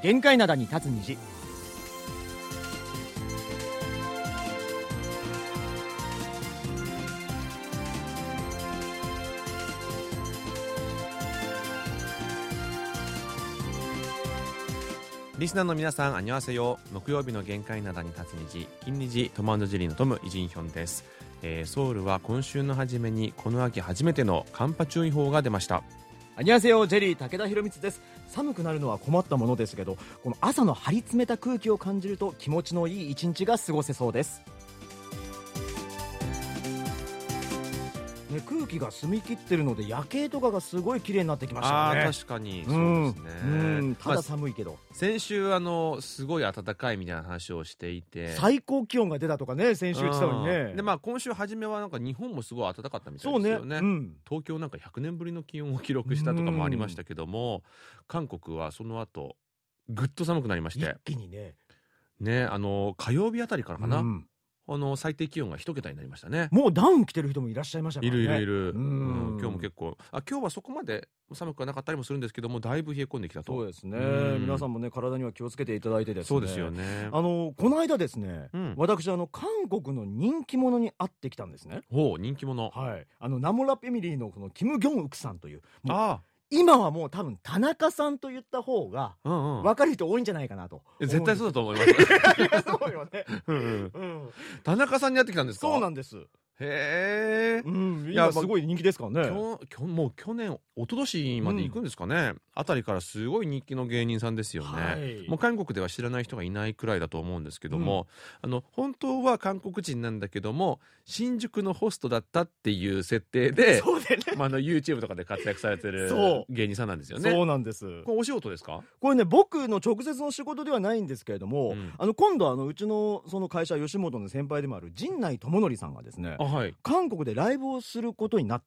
限界灘に立つ虹。 リスナーの皆さん、アンニョハセヨ。木曜日の限界灘に立つ虹、金虹トム&ジェリーのトムイジンヒョンです。ソウルは今週の初めにこの秋初めての寒波注意報が出ました。 アンニョハセヨ、ジェリー武田博光です。寒くなるのは困ったものですけど、この朝の張り詰めた空気を感じると気持ちのいい一日が過ごせそうです。空気が澄み切ってるので夜景とかがすごい綺麗になってきましたよね。 確かにそうですね。 ただ寒いけど、 先週すごい暖かいみたいな話をしていて、 最高気温が出たとかね、先週言ってたのにね。 で今週初めはなんか日本もすごい暖かったみたいですよね。東京なんか100年ぶりの気温を記録したとかもありましたけども、韓国はその後ぐっと寒くなりまして、 一気にね火曜日あたりからかな、最低気温が1桁になりましたね。 もうダウン着てる人もいらっしゃいましたからね。 いる、今日も結構今日はそこまで寒くはなかったりもするんですけども、だいぶ冷え込んできたと。 そうですね、皆さんもね体には気をつけていただいてですね。 そうですよね。 この間ですね、私韓国の人気者に会ってきたんですね。 人気者。 はい、ナモラファミリーのこのキム・ギョンウクさんという、今はもう多分田中さんと言った方が分かる人多いんじゃないかなと。 絶対そうだと思いますそうよね。 田中さんに会ってきたんですか？ そうなんです。 へえ。 今すごい人気ですからね。 もう去年一昨年まで行くんですかね、あたりからすごい人気の芸人さんですよね。もう韓国では知らない人がいないくらいだと思うんですけども、本当は韓国人なんだけども新宿のホストだったっていう設定で、YouTube とかで活躍されてる芸人さんなんですよね。 そうなんです。 これお仕事ですか？ これね、僕の直接の仕事ではないんですけれども、今度うちのその会社吉本の先輩でもある陣内智則さんがですね、韓国でライブをすることになって、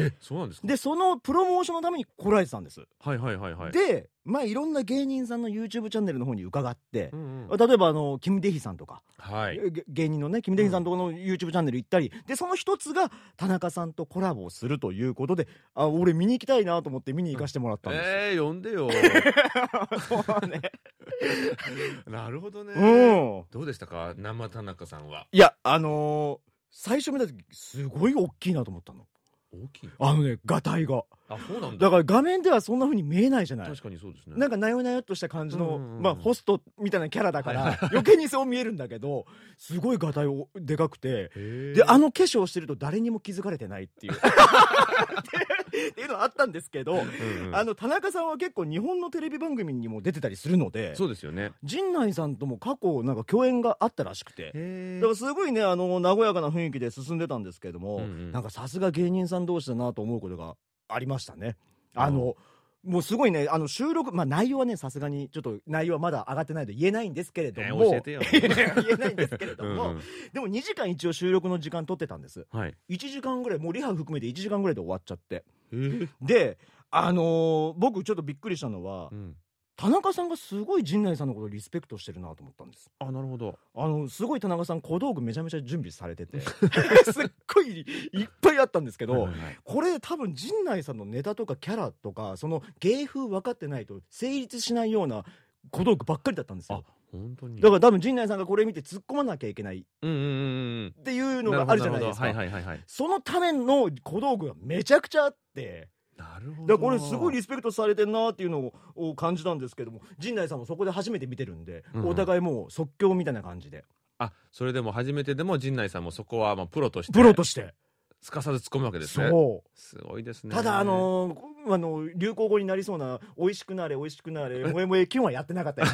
そうなんですか？ でそのプロモーションのために来られてたんです。でいろんな芸人さんの YouTube チャンネルの方に伺って、例えばキム・デヒさんとか、芸人のねキム・デヒさんとこの YouTube チャンネル行ったりで、その一つが田中さんとコラボをするということで、俺見に行きたいなと思って見に行かせてもらったんです。 呼んでよ。 そうね。 なるほどね。どうでしたか、生田中さんは？ いや最初見た時すごい大きいなと思ったの。 大きい？ ガタイが。 そうなんだから画面ではそんな風に見えないじゃない。 確かにそうですね。 なんかなよなよっとした感じのホストみたいなキャラだから余計にそう見えるんだけど、すごいガタイでかくて、で化粧してると誰にも気づかれてないっていうっていうのはあったんですけど、田中さんは結構日本のテレビ番組にも出てたりするので。 そうですよね。 陣内さんとも過去なんか共演があったらしくて、だからすごいね和やかな雰囲気で進んでたんですけれども、なんかさすが芸人さん同士だなと思うことがありましたね。もうすごいね収録、内容はねさすがにちょっと内容はまだ上がってないので言えないんですけれども、 教えてよ。 言えないんですけれども、でも2時間一応収録の時間取ってたんです。1時間ぐらい、もうリハ含めて1時間ぐらいで終わっちゃって、で僕ちょっとびっくりしたのは、田中さんがすごい陣内さんのことをリスペクトしてるなと思ったんです。 なるほど。 すごい田中さん小道具めちゃめちゃ準備されててすっごいいっぱいあったんですけど、これ多分陣内さんのネタとかキャラとかその芸風分かってないと成立しないような小道具ばっかりだったんですよ。 本当に。 だから多分陣内さんがこれ見て突っ込まなきゃいけないっていうのがあるじゃないですか。そのための小道具がめちゃくちゃあって、 なるほど。 だからこれすごいリスペクトされてんなっていうのを感じたんですけども、陣内さんもそこで初めて見てるんで、お互いもう即興みたいな感じで。 それでも初めてでも陣内さんもそこはプロとしてすかさず突っ込むわけですね。すごいですね。 ただ流行語になりそうな美味しくなれ美味しくなれ萌え萌えキュンはやってなかったよ。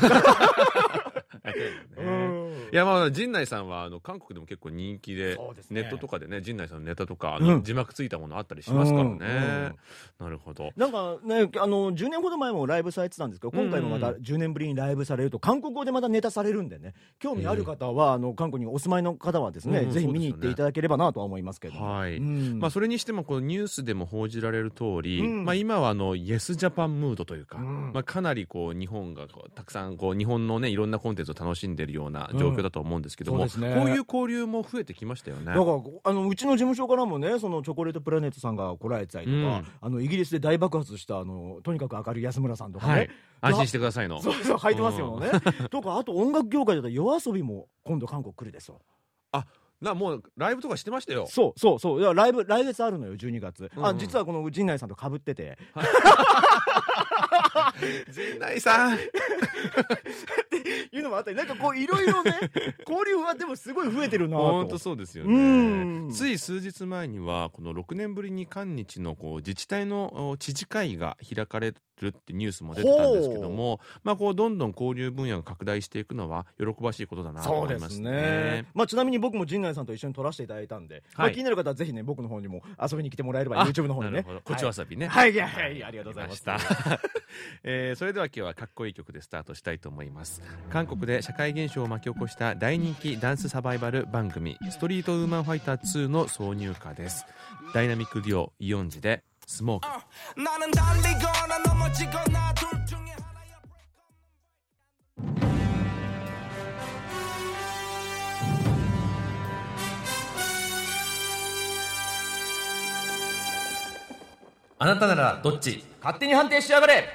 いや陣内さんは韓国でも結構人気で、ネットとかでね陣内さんのネタとか字幕ついたものあったりしますからね。なるほど。 なんかね10年ほど前もライブされてたんですけど、今回もまた10年ぶりにライブされると韓国語でまたネタされるんでね、興味ある方は韓国にお住まいの方はですね、ぜひ見に行っていただければなとは思いますけど。 それにしてもこのニュースでも報じられる通り、今はイエスジャパンムードというか、かなり日本がたくさん日本のねいろんなコンテンツを楽しんでいるような状況況だと思うんですけども、こういう交流も増えてきましたよね。だからうちの事務所からもね、そのチョコレートプラネットさんが来られてたりとか、イギリスで大爆発したとにかく明るい安村さんとかね、 安心してくださいの。 そう履いてますよね。とかあと音楽業界だったらYOASOBIも今度韓国来るですよ。 もうライブとかしてましたよ。 そうライブ来月あるのよ、12月。実はこの陣内さんと被ってて。 陣内さんっていうのもあったり、なんかこういろいろね、交流はでもすごい増えてるなと。 本当そうですよね。つい数日前にはこの6年ぶりに韓日の自治体の知事会が開かれるってニュースも出てたんですけども、こうどんどん交流分野が拡大していくのは喜ばしいことだなと思いますね。 ちなみに僕も陣内さんと一緒に撮らせていただいたんで、気になる方はぜひね、僕の方にも遊びに来てもらえれば、 YouTube の方にね。 こちわさびね。 はい、ありがとうございました。 それでは今日はかっこいい曲でスタートしたいと思います。韓国で社会現象を巻き起こした大人気ダンスサバイバル番組ストリートウーマンファイター2の挿入歌です。ダイナミックデュオイオンジでスモーク。あなたならどっち？ 勝手に判定しやがれ。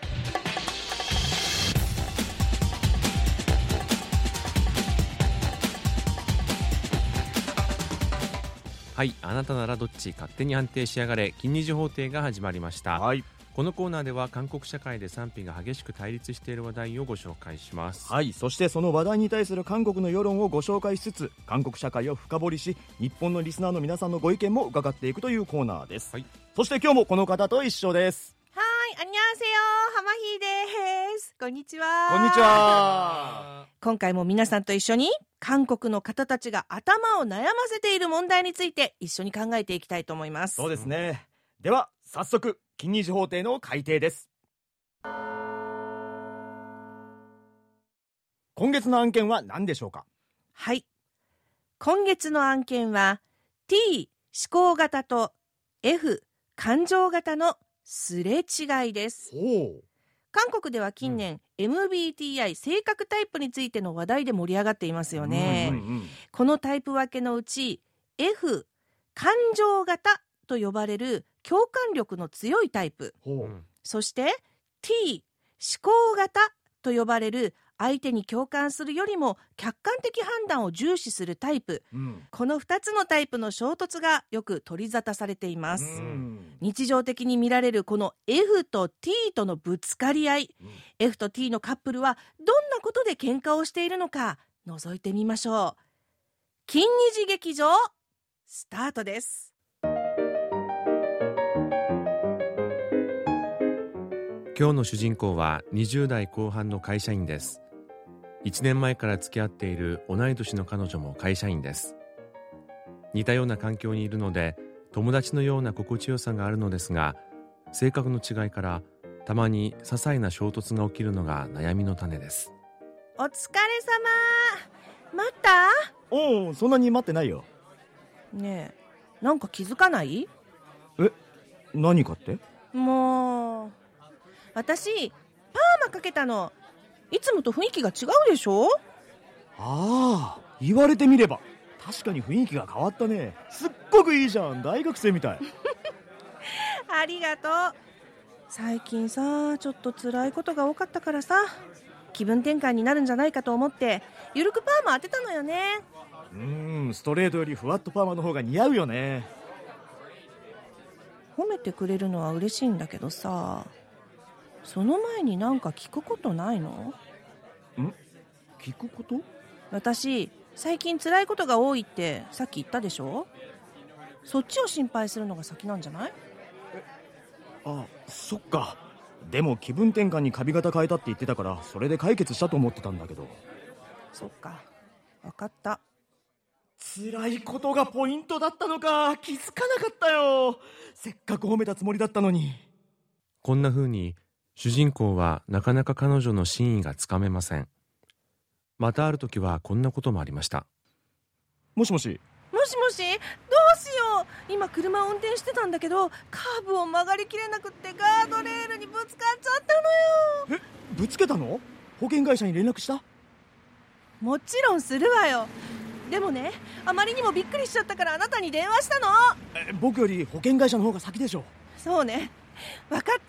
はい、あなたならどっち？勝手に判定しやがれ。金二次法廷が始まりました。このコーナーでは韓国社会で賛否が激しく対立している話題をご紹介します。 そしてその話題に対する韓国の世論をご紹介しつつ、韓国社会を深掘りし、日本のリスナーの皆さんのご意見も伺っていくというコーナーです。そして今日もこの方と一緒です。 안녕하세요、ハマヒです。こんにちは。 こんにちは。 今回も皆さんと一緒に韓国の方たちが頭を悩ませている問題について一緒に考えていきたいと思います。 そうですね。では早速金二次法廷の開廷です。今月の案件は何でしょうか？ はい、今月の案件は T 思考型と F 感情型のすれ違いです。韓国では近年、MBTI 性格タイプについての話題で盛り上がっていますよね。このタイプ分けのうち F 感情型と呼ばれる共感力の強いタイプ、そして T 思考型と呼ばれる相手に共感するよりも客観的判断を重視するタイプ、この2つのタイプの衝突がよく取り沙汰されています。日常的に見られるこの F と T とのぶつかり合い、F と T のカップルはどんなことで喧嘩をしているのか覗いてみましょう。金二次劇場スタートです。 今日の主人公は20代後半の会社員です。1年前から付き合っている同い年の彼女も会社員です。似たような環境にいるので友達のような心地よさがあるのですが、性格の違いからたまに些細な衝突が起きるのが悩みの種です。 お疲れ様。待った？ おお、そんなに待ってないよ。 ねえ、なんか気づかない？ 何かって？ もう私パーマかけたの。いつもと雰囲気が違うでしょ？ ああ、言われてみれば確かに雰囲気が変わったね。すっごくいいじゃん、大学生みたい。 ありがとう。最近さ、ちょっと辛いことが多かったからさ、気分転換になるんじゃないかと思ってゆるくパーマ当てたのよね。 ストレートよりふわっとパーマの方が似合うよね。 褒めてくれるのは嬉しいんだけどさ、その前になんか聞くことないの？ 聞くこと？ 私最近辛いことが多いってさっき言ったでしょ？そっちを心配するのが先なんじゃない？ そっか。でも気分転換に髪型変えたって言ってたから、それで解決したと思ってたんだけど。 そっか、分かった。 辛いことがポイントだったのか。気づかなかったよ。せっかく褒めたつもりだったのに。 こんな風に主人公はなかなか彼女の真意がつかめません。またある時はこんなこともありました。 もしもし。 もしもし、どうしよう。今車を運転してたんだけど、カーブを曲がりきれなくってガードレールにぶつかっちゃったのよ。 ぶつけたの？保険会社に連絡した？ もちろんするわよ。でもね、あまりにもびっくりしちゃったからあなたに電話したの。 僕より保険会社の方が先でしょ。 そうね、わかった。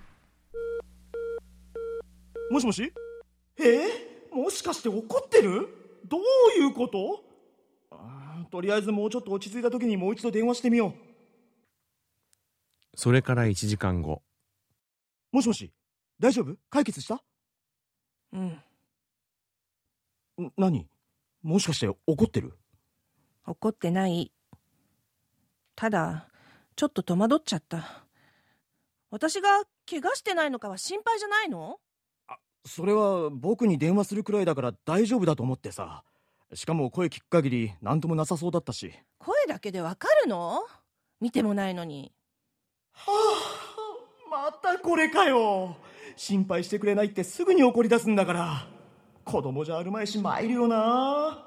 もしもし。もしかして怒ってる？どういうこと？とりあえずもうちょっと落ち着いた時にもう一度電話してみよう。 それから1時間後。 もしもし、大丈夫？解決した？ うん。 何？もしかして怒ってる？ 怒ってない。ただちょっと戸惑っちゃった。私が怪我してないのかは心配じゃないの？ それは僕に電話するくらいだから大丈夫だと思ってさ。しかも声聞く限り何ともなさそうだったし。 声だけでわかるの？見てもないのに。 またこれかよ。心配してくれないってすぐに怒り出すんだから。子供じゃあるまいし参るよな。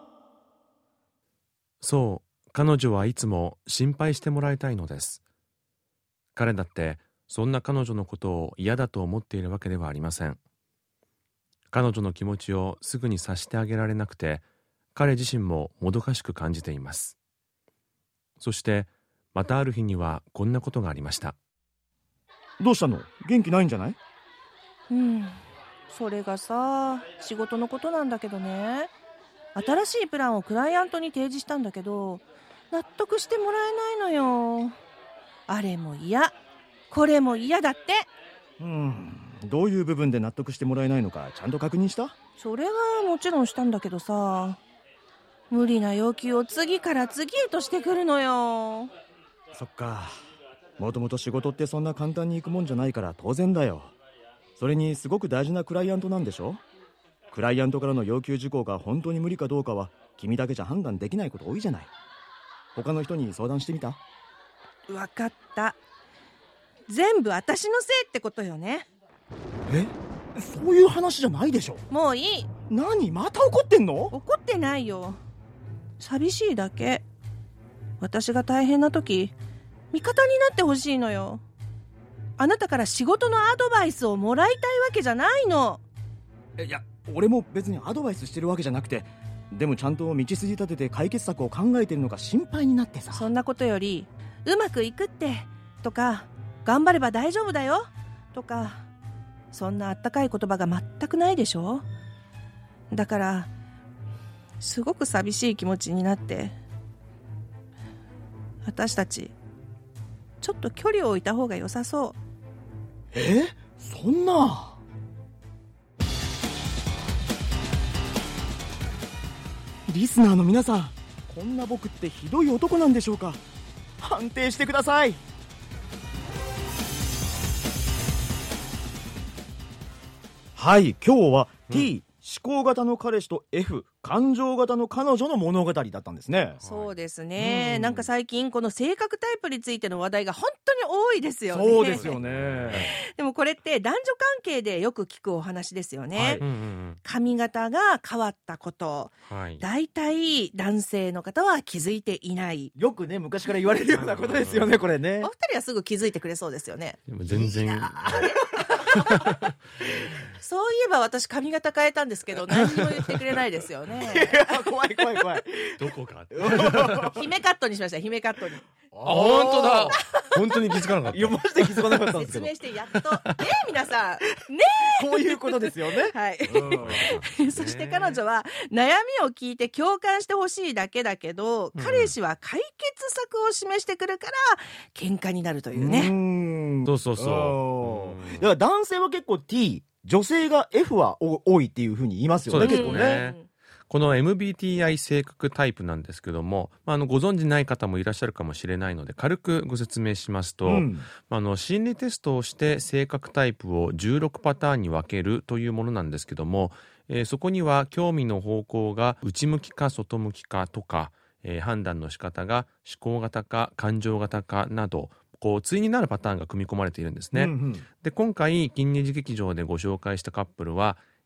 そう、彼女はいつも心配してもらいたいのです。彼だってそんな彼女のことを嫌だと思っているわけではありません。彼女の気持ちをすぐに察してあげられなくて、彼自身ももどかしく感じています。そしてまたある日にはこんなことがありました。 どうしたの？元気ないんじゃない？ それがさ、仕事のことなんだけどね。新しいプランをクライアントに提示したんだけど、納得してもらえないのよ。あれも嫌、これも嫌だって。 どういう部分で納得してもらえないのかちゃんと確認した？ それはもちろんしたんだけどさ、無理な要求を次から次へとしてくるのよ。 そっか。もともと仕事ってそんな簡単にいくもんじゃないから当然だよ。それにすごく大事なクライアントなんでしょ？クライアントからの要求事項が本当に無理かどうかは君だけじゃ判断できないこと多いじゃない。他の人に相談してみた？ わかった。全部私のせいってことよね。 そういう話じゃないでしょ。 もういい。 何？また怒ってんの？ 怒ってないよ。寂しいだけ。私が大変な時、味方になってほしいのよ。あなたから仕事のアドバイスをもらいたいわけじゃないの。 いや、俺も別にアドバイスしてるわけじゃなくて、でもちゃんと道筋立てて解決策を考えてるのが心配になってさ。 そんなことより、うまくいくってとか、頑張れば大丈夫だよとか、そんなあったかい言葉が全くないでしょ。だからすごく寂しい気持ちになって、私たちちょっと距離を置いた方が良さそう。 そんな。リスナーの皆さん、こんな僕ってひどい男なんでしょうか？判定してください。はい、今日は T、思考型の彼氏と F、感情型の彼女の物語だったんですね。 そうですね、なんか最近この性格タイプについての話題が本当に多いですよね。 そうですよね。 でもこれって男女関係でよく聞くお話ですよね。髪型が変わったこと、だいたい男性の方は気づいていない。 よくね、昔から言われるようなことですよね、これね。 お二人はすぐ気づいてくれそうですよね。 でも全然そういえば私髪型変えたんですけど何も言ってくれないですよね。 怖い怖い怖い。 どこか姫カットにしました。姫カットに。 本当だ。本当に気づかなかった。 いや、マジで気づかなかったんですけど。 説明してやっとね、皆さんね、 こういうことですよね。 はい。そして彼女は悩みを聞いて共感してほしいだけだけど、彼氏は解決策を示してくるから喧嘩になるというね。 そうそうそう。 だから男性は結構 T、女性が F は多いっていうふうに言いますよね。結構ね。 この MBTI 性格タイプなんですけども、ご存じない方もいらっしゃるかもしれないので軽くご説明しますと、心理テストをして性格タイプを16パターンに分けるというものなんですけども、そこには興味の方向が内向きか外向きかとか、判断の仕方が思考型か感情型かなど、対になるパターンが組み込まれているんですね。で、今回金日劇場でご紹介したカップルは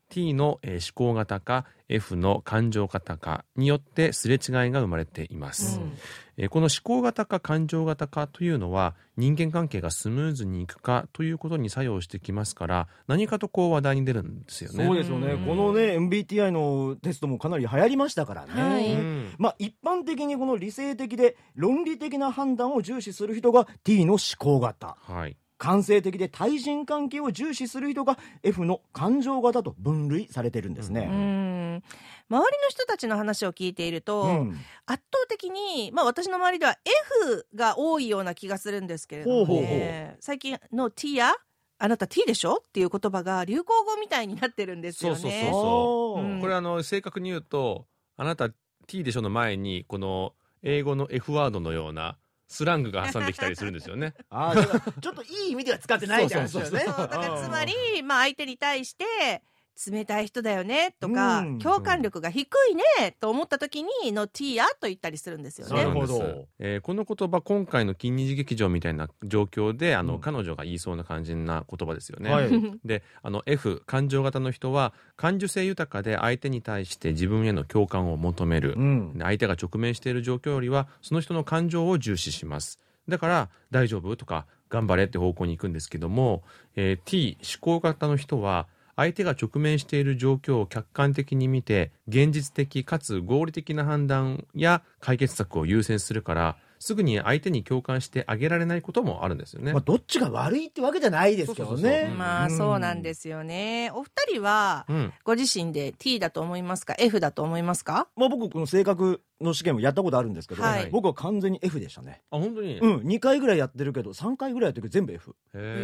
T の思考型か F の感情型かによってすれ違いが生まれています、この思考型か感情型かというのは人間関係がスムーズにいくかということに作用してきますから、何かとこう話題に出るんですよね。 そうですよね。このね MBTI のテストもかなり流行りましたからね、はい、一般的にこの理性的で論理的な判断を重視する人が T の思考型、はい、感性的で対人関係を重視する人が F の感情型と分類されてるんですね。 周りの人たちの話を聞いていると、圧倒的に、私の周りでは F が多いような気がするんですけれどもね、最近の T やあなた T でしょっていう言葉が流行語みたいになってるんですよね。 これ正確に言うとあなた T でしょの前にこの英語の F ワードのようなスラングが挟んできたりするんですよね。 だからちょっといい意味では使ってないじゃん。だからつまり、相手に対して冷たい人だよねとか、共感力が低いねと思った時にの T やと言ったりするんですよね。 なるほど。この言葉今回の金二次劇場みたいな状況で彼女が言いそうな感じな言葉ですよね。でF 感情型の人は感受性豊かで相手に対して自分への共感を求める、相手が直面している状況よりはその人の感情を重視します。だから大丈夫とか頑張れって方向に行くんですけども、T 思考型の人は相手が直面している状況を客観的に見て現実的かつ合理的な判断や解決策を優先するからすぐに相手に共感してあげられないこともあるんですよね。 どっちが悪いってわけじゃないですけどね。 そうなんですよね。お二人はご自身で T だと思いますか F だと思いますか？ 僕この性格の試験もやったことあるんですけど、僕は完全に F でしたね。 本当に 2回ぐらいやってるけど3回ぐらいやってるけど全部 F。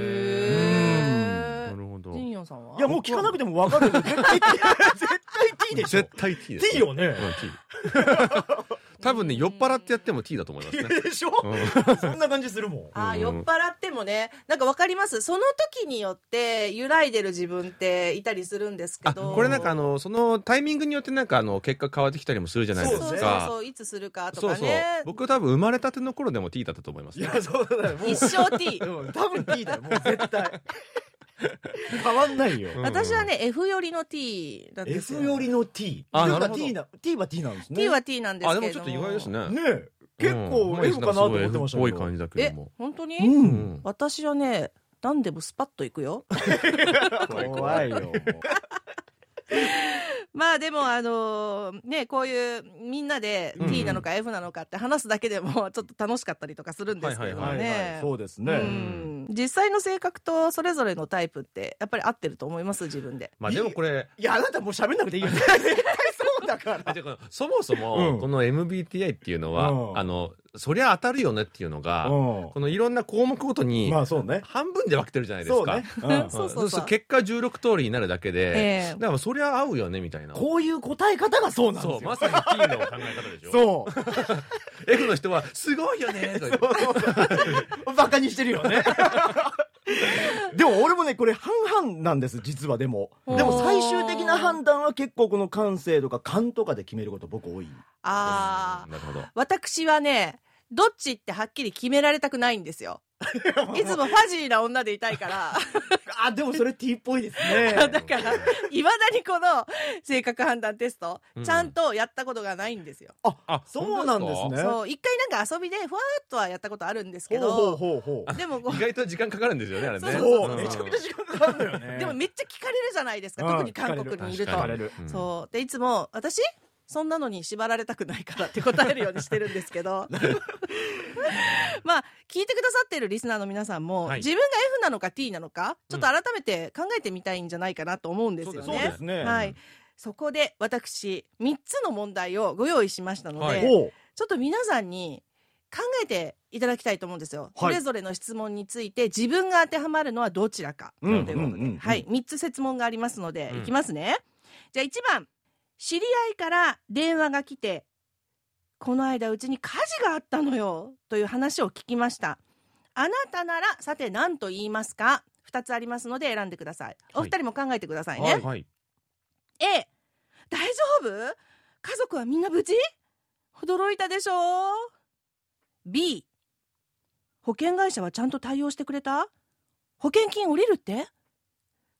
なるほど。 ジンヨンさんは？ いやもう聞かなくても分かるけど絶対 T でしょ。 絶対 T です。 T よね。 多分ね酔っ払ってやっても T だと思いますね。 でしょ、そんな感じするもん。 酔っ払ってもね、なんか分かります。その時によって揺らいでる自分っていたりするんですけど、 これなんかそのタイミングによってなんか結果変わってきたりもするじゃないですか。 そういつするかとかね。 僕多分生まれたての頃でも T だったと思います。 いやそうだよ。 一生 T。 多分 T だよもう絶対。変わんないよ。 私はね F 寄りの T なんですよ。 F 寄りの T。 なるほど。 T は T なんですね。 T は T なんですけど。 でもちょっと意外ですね。 ね結構 F かなと思ってましたけど。 多い感じだけども。 本当に？私はね何でもスパッといくよ。 怖いよ。 でもこういうみんなで T なのか F なのかって話すだけでもちょっと楽しかったりとかするんですけどね。 そうですね。 実際の性格とそれぞれのタイプってやっぱり合ってると思います自分で。 でもこれいやあなたもう喋んなくていいよ。絶対そうだから。 そもそもこの MBTI っていうのはそりゃ当たるよねっていうのがこのいろんな項目ごとに半分で分けてるじゃないですか。結果16通りになるだけでだからそりゃ合うよねみたいな。 こういう答え方がそうなんですよ。 まさに T の考え方でしょ。 そう F の人はすごいよねとバカにしてるよね。でも俺もねこれ半々なんです実は。でも最終的な判断は結構この感性とか勘とかで決めること僕多い。 なるほど。 私はねどっちってはっきり決められたくないんですよ。いつもファジーな女でいたいからでもそれ T っぽいですね。 だからいまだにこの性格判断テスト、ちゃんとやったことがないんですよ。 そうなんですね。 そう一回なんか遊びでふわーっとはやったことあるんですけど、 でも意外と時間かかるんですよねあれね。 そうめちゃめちゃ時間かかるのよね。 でもめっちゃ聞かれるじゃないですか、特に韓国にいると。そうでいつも私そんなのに縛られたくないからって答えるようにしてるんですけど聞いてくださっているリスナーの皆さんも、自分が F なのか T なのかちょっと改めて考えてみたいんじゃないかなと思うんですよね。 そうですね。 そこで私3つの問題をご用意しましたので、ちょっと皆さんに考えていただきたいと思うんですよ。それぞれの質問について自分が当てはまるのはどちらかということで、3つ設問がありますので、いきますね。じゃあ1番、知り合いから電話が来て、この間うちに火事があったのよという話を聞きました。あなたならさて何と言いますか？ 2 つありますので選んでください。お二人も考えてくださいね。A、大丈夫？家族はみんな無事？驚いたでしょ？ B、保険会社はちゃんと対応してくれた？保険金降りるって？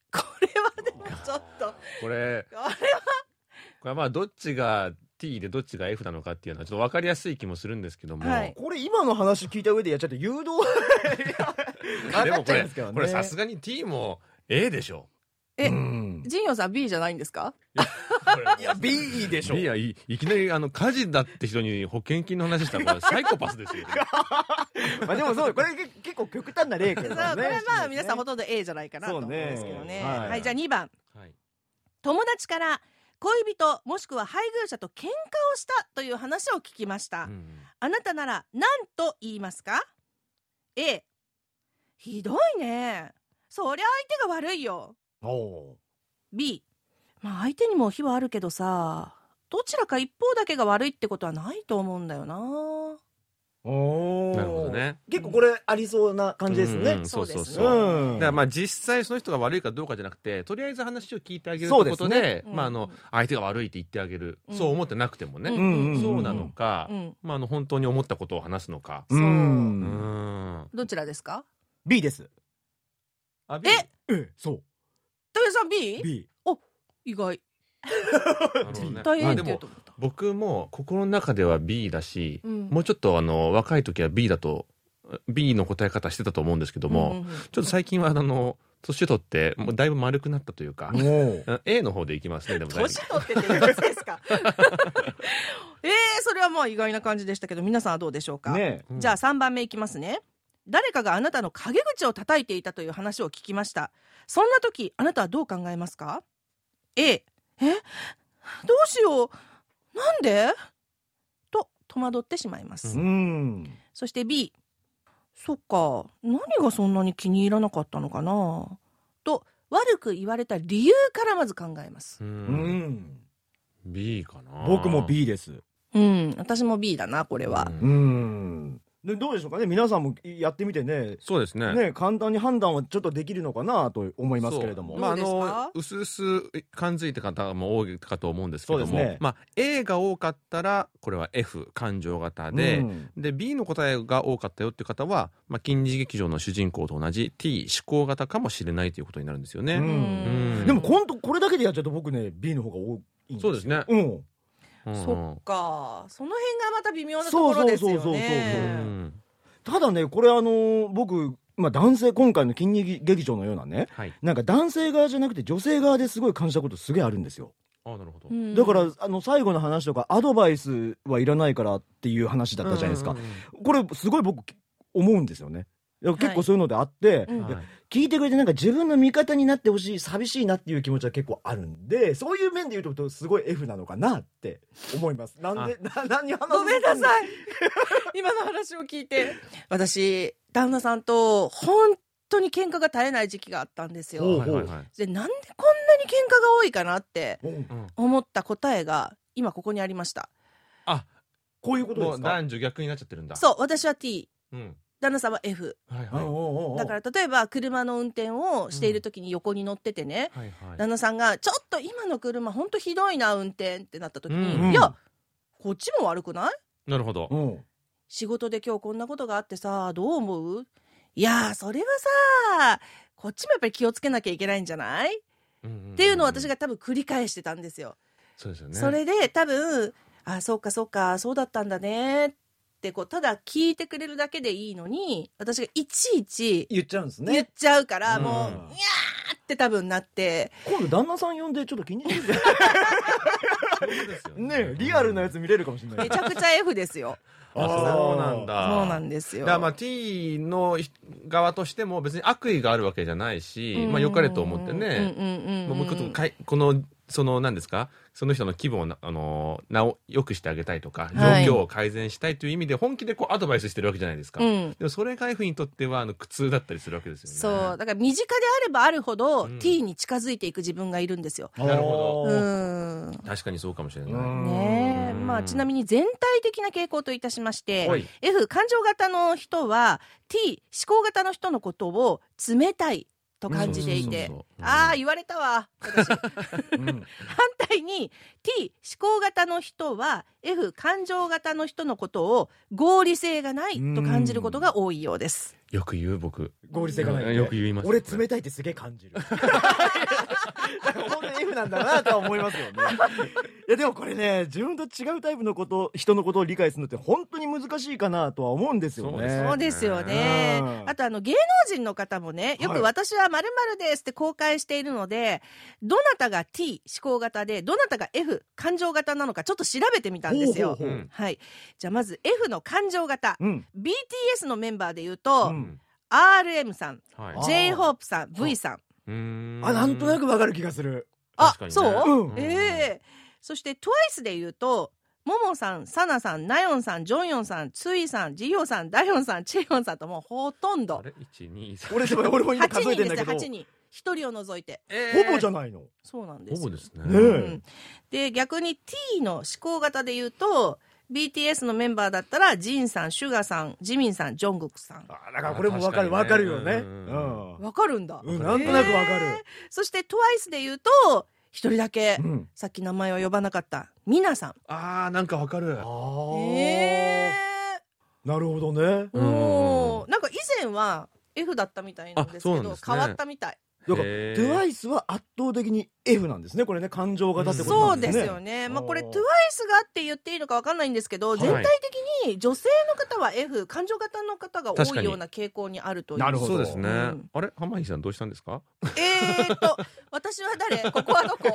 これはでもちょっとこれはまあどっちが T でどっちが F なのかっていうのはちょっと分かりやすい気もするんですけども、 はい、これ今の話聞いた上でやっちゃって誘導でもこれさすがに T も A でしょ。 陣陽さん B じゃないんですか？ いや B でしょ。 B はいきなり火事だって人に保険金の話したらサイコパスですよ。 まあでもそう、これ結構極端な例けどね。 これはまあ皆さんほとんど A じゃないかなと思うんですけどね。はい、じゃあ2番、友達から恋人もしくは配偶者と喧嘩をしたという話を聞きました。あなたなら何と言いますか？ A、 ひどいね、そりゃ相手が悪いよ。B、 まあ相手にも非はあるけどさ、どちらか一方だけが悪いってことはないと思うんだよな。 なるほどね。 結構これありそうな感じですね。 そうですね。だからまあ実際その人が悪いかどうかじゃなくて、とりあえず話を聞いてあげるってことで、まあ相手が悪いって言ってあげる。そう思ってなくてもね、そうなのか、まあ本当に思ったことを話すのか。 どちらですか？ B です。そう。 武井さん B？ B。 お、意外。大変ってと思った。 僕も心の中では B だし、もうちょっと若い時は B だと B の答え方してたと思うんですけども、ちょっと最近は年取ってもうだいぶ丸くなったというか、A の方でいきますね。でも年取ってっていくつですか？それはまあ意外な感じでしたけど、皆さんはどうでしょうか？じゃあ3番目いきますね。誰かがあなたの陰口を叩いていたという話を聞きました。そんな時あなたはどう考えますか？ A、 どうしよう、なんでと戸惑ってしまいます。そして B、 そっか、何がそんなに気に入らなかったのかなと悪く言われた理由からまず考えます。 B かな。 僕も B です。 私も B だな、これは。 でどうでしょうかね、皆さんもやってみてね。 そうですね。 簡単に判断はちょっとできるのかなと思いますけれども。 まあうすうす感づいた方も多いかと思うんですけども、まあ A が多かったらこれは F 感情型で、B の答えが多かったよっていう方は、まあ金字劇場の主人公と同じ T 思考型かもしれないということになるんですよね。 でも今度これだけでやっちゃうと僕ね B の方が多いんですよ。 そうですね。 そっか、その辺がまた微妙なところですよね。 ただね、これ僕、まあ男性、今回の金日劇場のようなね、なんか男性側じゃなくて女性側ですごい感じたことすげえあるんですよ。 なるほど。 だから最後の話とかアドバイスはいらないからっていう話だったじゃないですか。これすごい僕思うんですよね。結構そういうのであって、聞いてくれてなんか自分の味方になってほしい、寂しいなっていう気持ちは結構あるんで、そういう面で言うとすごい F なのかなって思います。なんで何話す？ ごめんなさい。今の話を聞いて、私旦那さんと本当に喧嘩が絶えない時期があったんですよ。で、なんでこんなに喧嘩が多いかなって思った答えが今ここにありました。 こういうことですか？ 男女逆になっちゃってるんだ。 そう、私は T、旦那さんは F。だから例えば車の運転をしている時に横に乗っててね、旦那さんがちょっと今の車本当ひどいな運転ってなった時に、いやこっちも悪くない？ なるほど。 仕事で今日こんなことがあってさ、どう思う？いやそれはさ、こっちもやっぱり気をつけなきゃいけないんじゃない？っていうのを私が多分繰り返してたんですよ。 そうですよね。 それで多分そうかそうかそうだったんだねってただ聞いてくれるだけでいいのに、私がいちいち言っちゃうんですね。 言っちゃうからもういやーって多分なって、 今度旦那さん呼んでちょっと気に入ってね、リアルなやつ見れるかもしれない。 めちゃくちゃ F ですよ。 そうなんだ。 そうなんですよ。 だからまあ T の側としても別に悪意があるわけじゃないし、まあ良かれと思ってね、この何ですか、その人の気分を良くしてあげたいとか、状況を改善したいという意味で本気でアドバイスしてるわけじゃないですか。でもそれが F にとっては苦痛だったりするわけですよね。 そう、だから身近であればあるほど T に近づいていく自分がいるんですよ。 なるほど。確かにそうかもしれないね。まあちなみに全体的な傾向といたしまして、F 感情型の人は T 思考型の人のことを冷たい、 と感じていて、言われたわ私反対に T 思考型の人は F 感情型の人のことを合理性がないと感じることが多いようです。 よく言う。僕合理性がない、ね、 よく言います。 俺冷たいってすげえ感じる本当に F なんだなとは思いますよね。いやでもこれね、自分と違うタイプの人のことを理解するのって本当に難しいかなとは思うんですよね。 そうですよね。あと芸能人の方もね、よく私は〇〇ですって公開しているので、どなたが T 思考型でどなたが F 感情型なのかちょっと調べてみたんですよ。はい。じゃあまず F の感情型、BTS のメンバーで言うと、RM さん、J-HOPE さん、V さん。 なんとなくわかる気がする。 そう？そして TWICE で言うと、ももさん、サナさん、ナヨンさん、ジョンヨンさん、ツイさん、ジヒョさん、ダヨンさん、チェヨンさんともうほとんど。 俺も今数えてんだけど。 8人ですよ、8人。1人を除いて。 ほぼじゃないの？ そうなんですよ。 ほぼですね。 で、逆に T の思考型で言うと、BTS のメンバーだったらジンさん、シュガさん、ジミンさん、ジョングクさん。 だからこれもわかるよね。 わかるんだ。 なんとなくわかる。 そして TWICE で言うと、一人だけ、さっき名前を呼ばなかったミナさん。 なんかわかる。 なるほどね。 なんか以前は F だったみたいなんですけど、変わったみたい。 だから TWICE は圧倒的に F なんですね。これね、感情型ってことなんですね。 そうですよね。これ TWICE がって言っていいのか分かんないんですけど、全体的に女性の方は F、感情型の方が多いような傾向にあるという。 なるほど。 そうですね。あれ、浜井さんどうしたんですか？ 私は誰？ここはどこ？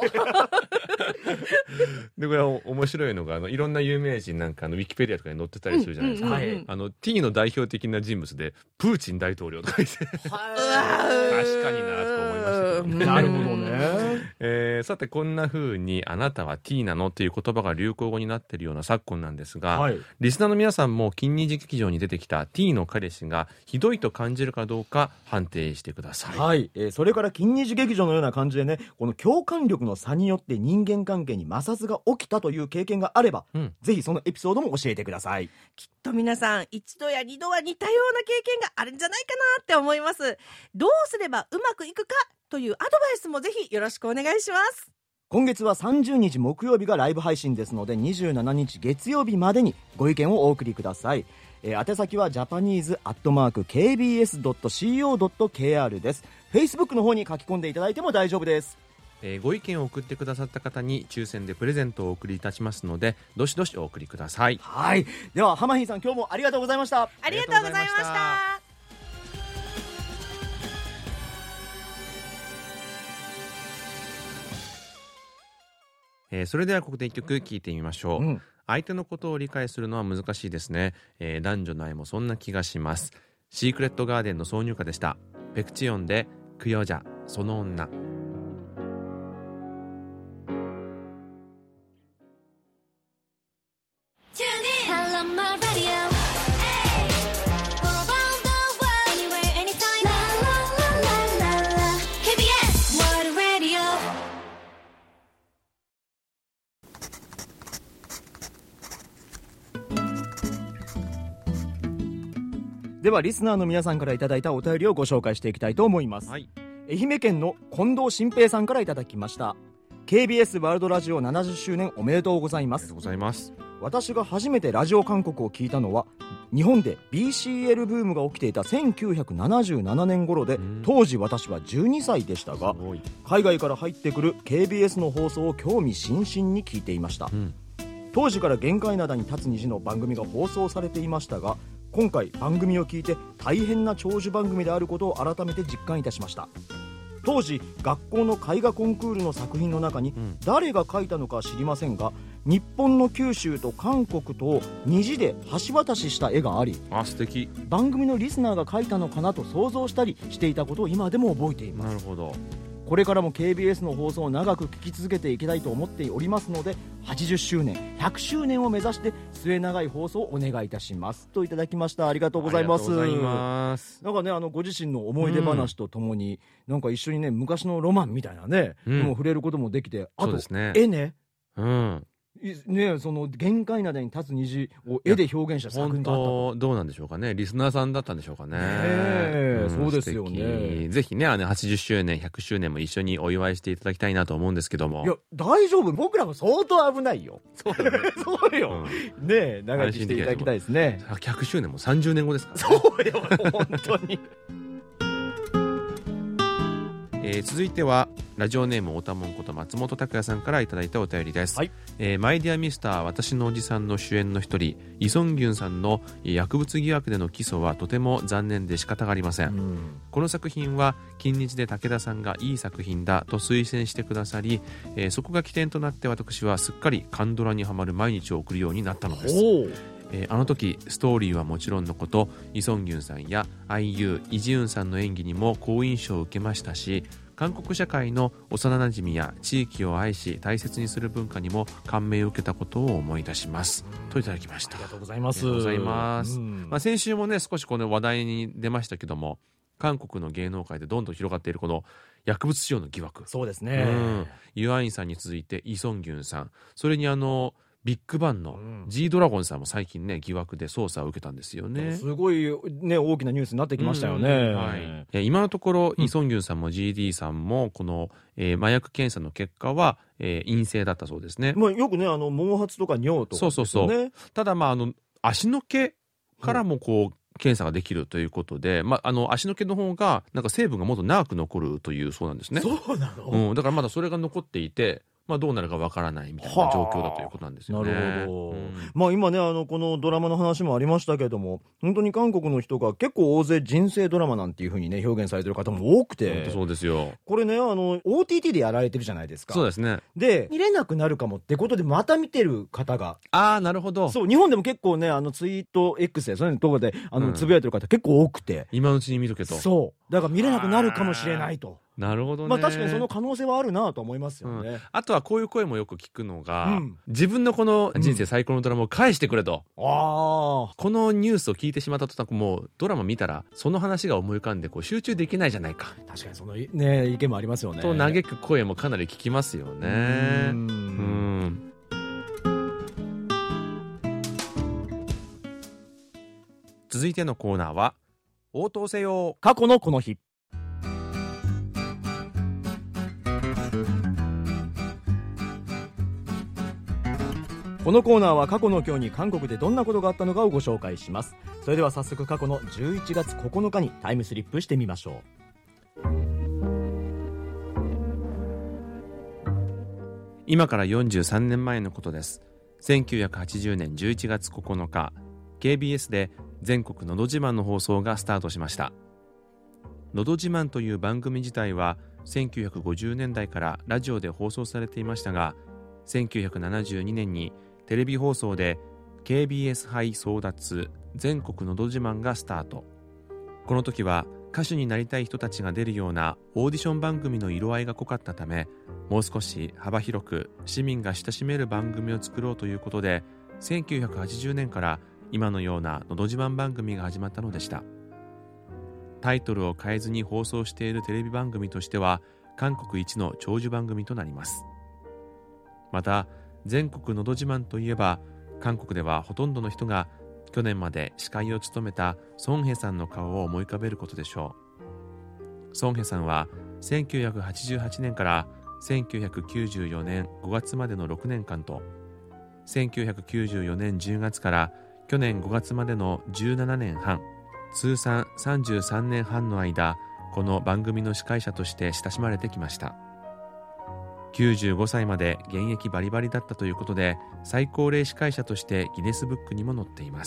でこれ面白いのがいろんな有名人なんかウィキペディアとかに載ってたりするじゃないですか。T の代表的な人物でプーチン大統領とか言って確かになと思いましたけどね。 なるほどね。 さてこんな風にあなたは T なのっていう言葉が流行語になっているような昨今なんですが、リスナーの皆さんも金日劇場に出てきた T の彼氏がひどいと感じるかどうか判定してください。 はい。それから金日劇場のような感じでね、この共感力の差によって人間関係に摩擦が起きたという経験があれば、ぜひそのエピソードも教えてください。 きっと皆さん一度や二度は似たような経験があるんじゃないかなって思います。どうすればうまくいくかというアドバイスもぜひよろしくお願いします。 今月は30日木曜日がライブ配信ですので、27日月曜日までにご意見をお送りください。宛先は japanese@kbs.co.kr です。 Facebook の方に書き込んでいただいても大丈夫です。 ご意見を送ってくださった方に抽選でプレゼントをお送りいたしますので、どしどしお送りください。 はい。では浜比さん、今日もありがとうございました。 ありがとうございました。 それではここで一曲聴いてみましょう。相手のことを理解するのは難しいですね。男女の愛もそんな気がします。シークレットガーデンの挿入歌でした。ペクチヨンでクヨジャその女。 ではリスナーの皆さんからいただいたお便りをご紹介していきたいと思います。愛媛県の近藤新平さんからいただきました。 KBS ワールドラジオ70周年おめでとうございます。私が初めてラジオ韓国を聞いたのは日本で BCL ブームが起きていた1977年頃で、当時私は12歳でしたが、海外から入ってくる KBS の放送を興味津々に聞いていました。当時から限界灘に立つ虹の番組が放送されていましたが、今回番組を聞いて大変な長寿番組であることを改めて実感いたしました。当時学校の絵画コンクールの作品の中に誰が描いたのか知りませんが、日本の九州と韓国と虹で橋渡しした絵があり、 素敵。 番組のリスナーが描いたのかなと想像したりしていたことを今でも覚えています。 なるほど。 これからも KBS の放送を長く聞き続けていきたいと思っておりますので、80周年100周年を目指して末永い放送をお願いいたしますといただきました。ありがとうございます。なんかね、ご自身の思い出話とともに、なんか一緒にね昔のロマンみたいなね、もう触れることもできて、あと、絵ね、 ね、その限界などに立つ虹を絵で表現した作品があったと。 どうなんでしょうかね。リスナーさんだったんでしょうかね。 そうですよね。 ぜひね、80周年100周年も一緒にお祝いしていただきたいなと思うんですけども。 いや大丈夫、僕らも相当危ないよ。そうよ、ね、長生きしていただきたいですね。 100周年も30年後ですからね。 そうよ本当に。 続いてはラジオネームおたもんこと松本拓也さんからいただいたお便りです、はい。マイディアミスター私のおじさんの主演の一人イ・ソンギュンさんの薬物疑惑での起訴はとても残念で仕方がありません。この作品は近日で武田さんがいい作品だと推薦してくださり、そこが起点となって私はすっかりカンドラにはまる毎日を送るようになったのです。あの時ストーリーはもちろんのことイ・ソンギュンさんや IU イ・ジウンさんの演技にも好印象を受けましたし、韓国社会の幼なじみや地域を愛し大切にする文化にも感銘を受けたことを思い出しますといただきました。 ありがとうございます。 ありがとうございます。先週もね少しこの話題に出ましたけども、韓国の芸能界でどんどん広がっているこの薬物使用の疑惑。 そうですね、 ユアインさんに続いてイ・ソンギュンさん、それにビッグバンの G ドラゴンさんも最近ね疑惑で捜査を受けたんですよね。 すごいね大きなニュースになってきましたよね、 今のところイ・ソンギュンさんも GD さんもこの、麻薬検査の結果は、陰性だったそうですね。 よくね毛髪とか尿とか、ね、 そうただ足の毛からもこう検査ができるということで、足の毛の方がなんか成分がもっと長く残るというそうなんですね。 そうなの、 だからまだそれが残っていてどうなるかわからないみたいな状況だということなんですよね。 なるほど、今ねこのドラマの話もありましたけれども、本当に韓国の人が結構大勢人生ドラマなんていう風にね表現されてる方も多くて。 本当そうですよ。 これねOTT でやられてるじゃないですか。 そうですね。 で見れなくなるかもってことでまた見てる方が、 なるほど。 そう日本でも結構ねツイート X でそういうのとこでつぶやいてる方結構多くて、 今のうちに見とけと。 そうだから見れなくなるかもしれないと。 なるほどね。 確かにその可能性はあるなと思いますよね、 あとはこういう声もよく聞くのが、自分のこの人生最高のドラマを返してくれと、このニュースを聞いてしまった途端もうドラマ見たらその話が思い浮かんでこう集中できないじゃないか。 確かにそのね意見もありますよね。 と嘆く声もかなり聞きますよね。続いてのコーナーは応答せよ過去のこの日。このコーナーは過去の今日に韓国でどんなことがあったのかをご紹介します。それでは早速過去の11月9日にタイムスリップしてみましょう。 今から43年前のことです。1980年11月9日 KBS で全国のど自慢の放送がスタートしました。のど自慢という番組自体は1950年代からラジオで放送されていましたが、1972年にテレビ放送で KBS 杯争奪全国のど自慢がスタート。この時は歌手になりたい人たちが出るようなオーディション番組の色合いが濃かったため、もう少し幅広く市民が親しめる番組を作ろうということで、1980年から今のようなのど自慢番組が始まったのでした。タイトルを変えずに放送しているテレビ番組としては韓国一の長寿番組となります。また全国のど自慢といえば、韓国ではほとんどの人が去年まで司会を務めたソンヘさんの顔を思い浮かべることでしょう。ソンヘさんは1988年から1994年5月までの6年間と、1994年10月から去年5月までの17年半、通算33年半の間、この番組の司会者として親しまれてきました。95歳まで現役バリバリだったということで、最高齢司会者としてギネスブックにも載っています。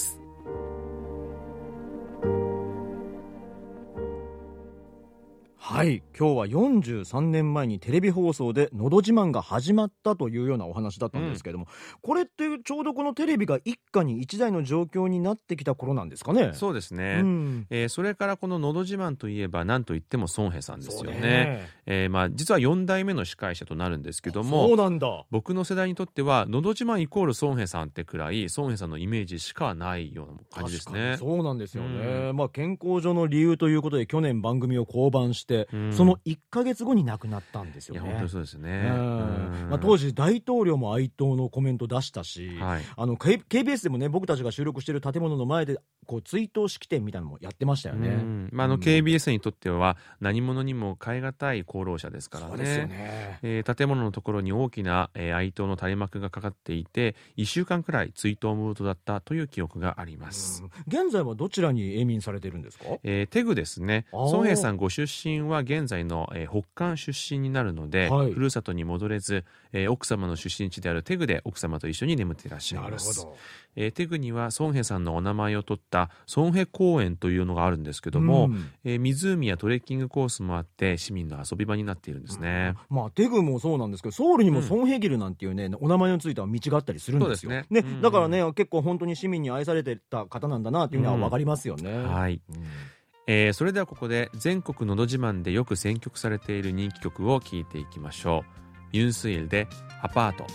はい、今日は43年前にテレビ放送でのど自慢が始まったというようなお話だったんですけれども、これってちょうどこのテレビが一家に一台の状況になってきた頃なんですかね。 そうですね、それからこののど自慢といえば何といってもソンヘさんですよね。実は4代目の司会者となるんですけども、 そうなんだ。 僕の世代にとってはのど自慢イコールソンヘさんってくらいソンヘさんのイメージしかないような感じですね。 そうなんですよね、健康上の理由ということで去年番組を降板して、 で、その1ヶ月後に亡くなったんですよね。 いや本当にそうですね。 当時大統領も哀悼のコメント出したし、KBS でもね、僕たちが収録している建物の前でこう追悼式典みたいなのもやってましたよね。 KBS にとっては何者にも代え難い功労者ですからね。そうですよね。建物のところに大きな、哀悼の垂れ幕がかかっていて、1週間くらい追悼ムードだったという記憶があります。 現在はどちらに永眠されているんですか？ テグですね。孫平さんご出身は現在の、北韓出身になるので、ふるさとに戻れず、奥様の出身地であるテグで奥様と一緒に眠っていらっしゃいます。テグには孫平さんのお名前を取った孫平公園というのがあるんですけども、湖やトレッキングコースもあって市民の遊び場になっているんですね。 テグもそうなんですけど、ソウルにも孫平ギルなんていうね、お名前のついた道があったりするんですよ。だからね、結構本当に市民に愛されてた方なんだなっていうのは分かりますよね。 はい。それではここで全国のど自慢でよく選曲されている人気曲を聴いていきましょう。ユンスイルでアパート。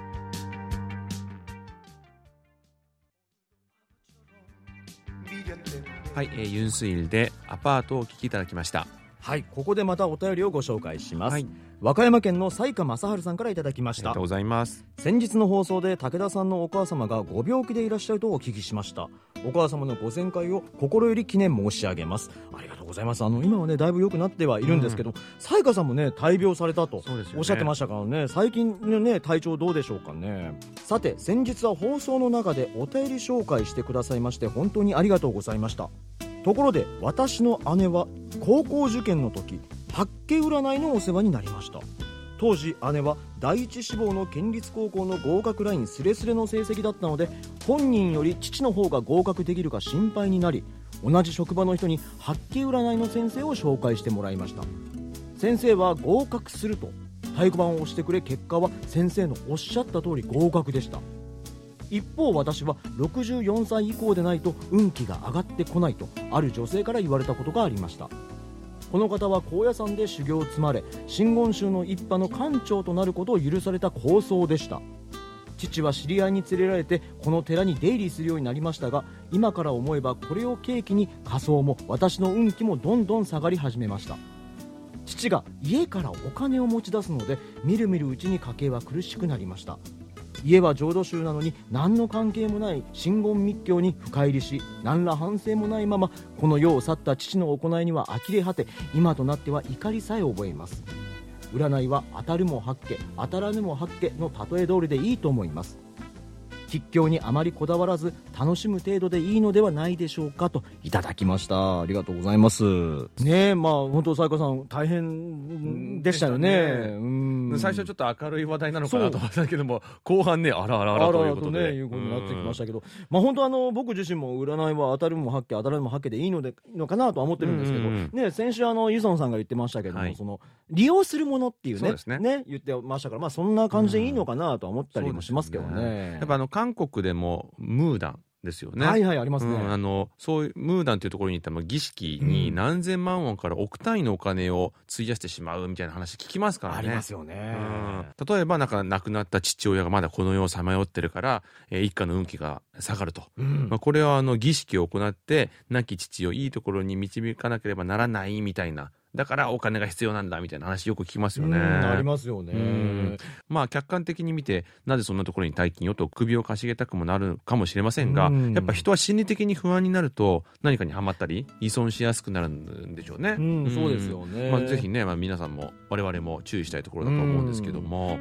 はい、ユンスイルでアパートをお聴きいただきました。 はい、ここでまたお便りをご紹介します。和歌山県の雑賀正治さんからいただきました。 ありがとうございます。 先日の放送で武田さんのお母様がご病気でいらっしゃるとお聞きしました。お母様のご全快を心より記念申し上げます。ありがとうございます。今はねだいぶ良くなってはいるんですけど、雑賀さんもね大病されたとおっしゃってましたからね、最近のね体調どうでしょうかね。さて、先日は放送の中でお便り紹介してくださいまして本当にありがとうございました。ところで私の姉は高校受験の時八卦占いのお世話になりました。当時姉は第一志望の県立高校の合格ラインスレスレの成績だったので、本人より父の方が合格できるか心配になり、同じ職場の人に八卦占いの先生を紹介してもらいました。先生は合格すると太鼓判を押してくれ、結果は先生のおっしゃった通り合格でした。一方私は64歳以降でないと運気が上がってこないとある女性から言われたことがありました。この方は高野山で修行を積まれ、真言宗の一派の館長となることを許された高僧でした。父は知り合いに連れられてこの寺に出入りするようになりましたが、今から思えばこれを契機に仮想も私の運気もどんどん下がり始めました。父が家からお金を持ち出すので、みるみるうちに家計は苦しくなりました。家は浄土宗なのに何の関係もない真言密教に深入りし、何ら反省もないままこの世を去った父の行いには呆れ果て、今となっては怒りさえ覚えます。占いは当たるも八卦当たらぬも八卦の例え通りでいいと思います。吉凶にあまりこだわらず楽しむ程度でいいのではないでしょうか、といただきました。ありがとうございますね。え、本当雑賀さん大変でしたよね。 最初ちょっと明るい話題なのかなと思ったけども、後半ねあらということでいうことになってきましたけど、本当僕自身も占いは当たるも八卦当たらぬも八卦でいいのかなとは思ってるんですけど、ね、先週ユソンさんが言ってましたけども、その利用するものっていうね言ってましたから、そんな感じでいいのかなとは思ったりもしますけどね。 やっぱ韓国でもムーダンですよね。 はいはい、ありますね。 そういうムーダンというところに行ったら儀式に何千万ウォンから億単位のお金を費やしてしまうみたいな話聞きますからね。 ありますよね。 例えば亡くなった父親がまだこの世をさまよってるから、一家の運気が下がると、これは儀式を行って亡き父をいいところに導かなければならないみたいな、だからお金が必要なんだみたいな話よく聞きますよね。 ありますよね。 客観的に見てなぜそんなところに大金をと首をかしげたくもなるかもしれませんが、やっぱ人は心理的に不安になると何かにはまったり依存しやすくなるんでしょうね。 そうですよね。 ぜひね、皆さんも我々も注意したいところだと思うんですけども、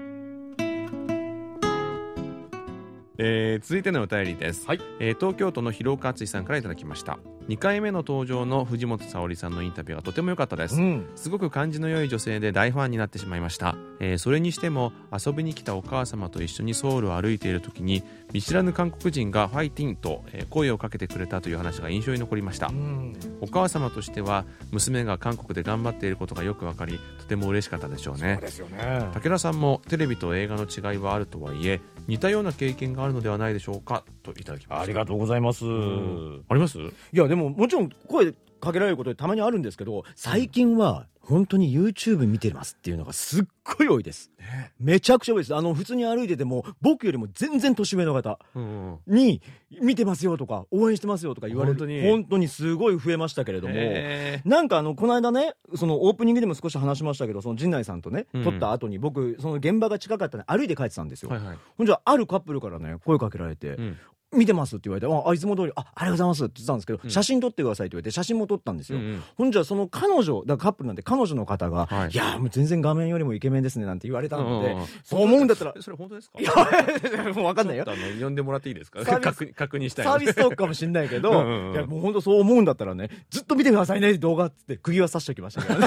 続いてのお便りです。東京都の広岡敦さんからいただきました。2回目の登場の藤本沙織さんのインタビューがとても良かったです。すごく感じの良い女性で大ファンになってしまいました。それにしても遊びに来たお母様と一緒にソウルを歩いている時に見知らぬ韓国人がファイティンと声をかけてくれたという話が印象に残りました。お母様としては娘が韓国で頑張っていることがよくわかり、とても嬉しかったでしょうね。 そうですよね。 武田さんもテレビと映画の違いはあるとはいえ似たような経験があるのではないでしょうかといただきました。 ありがとうございます。 あります？ いやでももちろん声かけられることでたまにあるんですけど、最近は本当に YouTube 見てますっていうのがすっごい多いです。めちゃくちゃ多いです。普通に歩いてても僕よりも全然年上の方に見てますよとか応援してますよとか言われる、本当にすごい増えましたけれども、なんかこの間ね、そのオープニングでも少し話しましたけど、その陣内さんとね撮った後に僕その現場が近かったんで歩いて帰ってたんですよ。ほんじゃあるカップルからね声かけられて、見てますって言われて、いつも通りありがとうございますって言ってたんですけど、写真撮ってくださいって言われて写真も撮ったんですよ。ほんじゃその彼女だからカップルなんで、彼女の方が、いやもう全然画面よりもイケメンですねなんて言われたので、そう思うんだったらそれ本当ですか？ いやもう分かんないよ。 呼んでもらっていいですか？確認したい。 サービストークかもしれないけど、いやもう本当そう思うんだったらね、ずっと見てくださいね動画っつって釘は刺しておきましたけどね。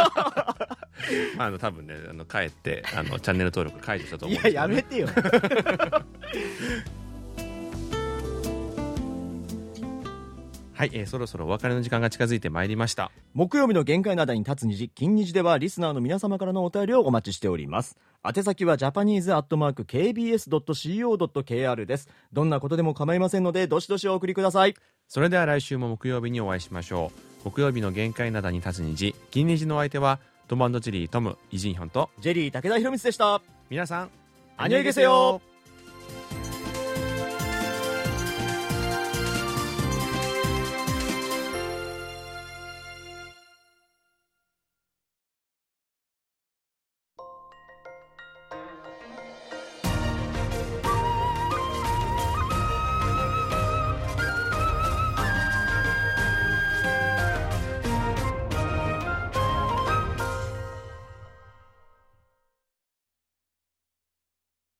多分ね帰ってチャンネル登録解除したと思うんですけど、ね、 いややめてよ。 はい、そろそろお別れの時間が近づいてまいりました。 木曜日の限界灘に立つ虹、金虹ではリスナーの皆様からのお便りをお待ちしております。宛先は japanese@kbs.co.kr です。どんなことでも構いませんのでどしどしお送りください。 それでは来週も木曜日にお会いしましょう。木曜日の限界灘に立つ虹、金虹のお相手はトム&ジェリートムイジンヒョンとジェリー武田博光でした。 皆さんアニョイゲセヨ。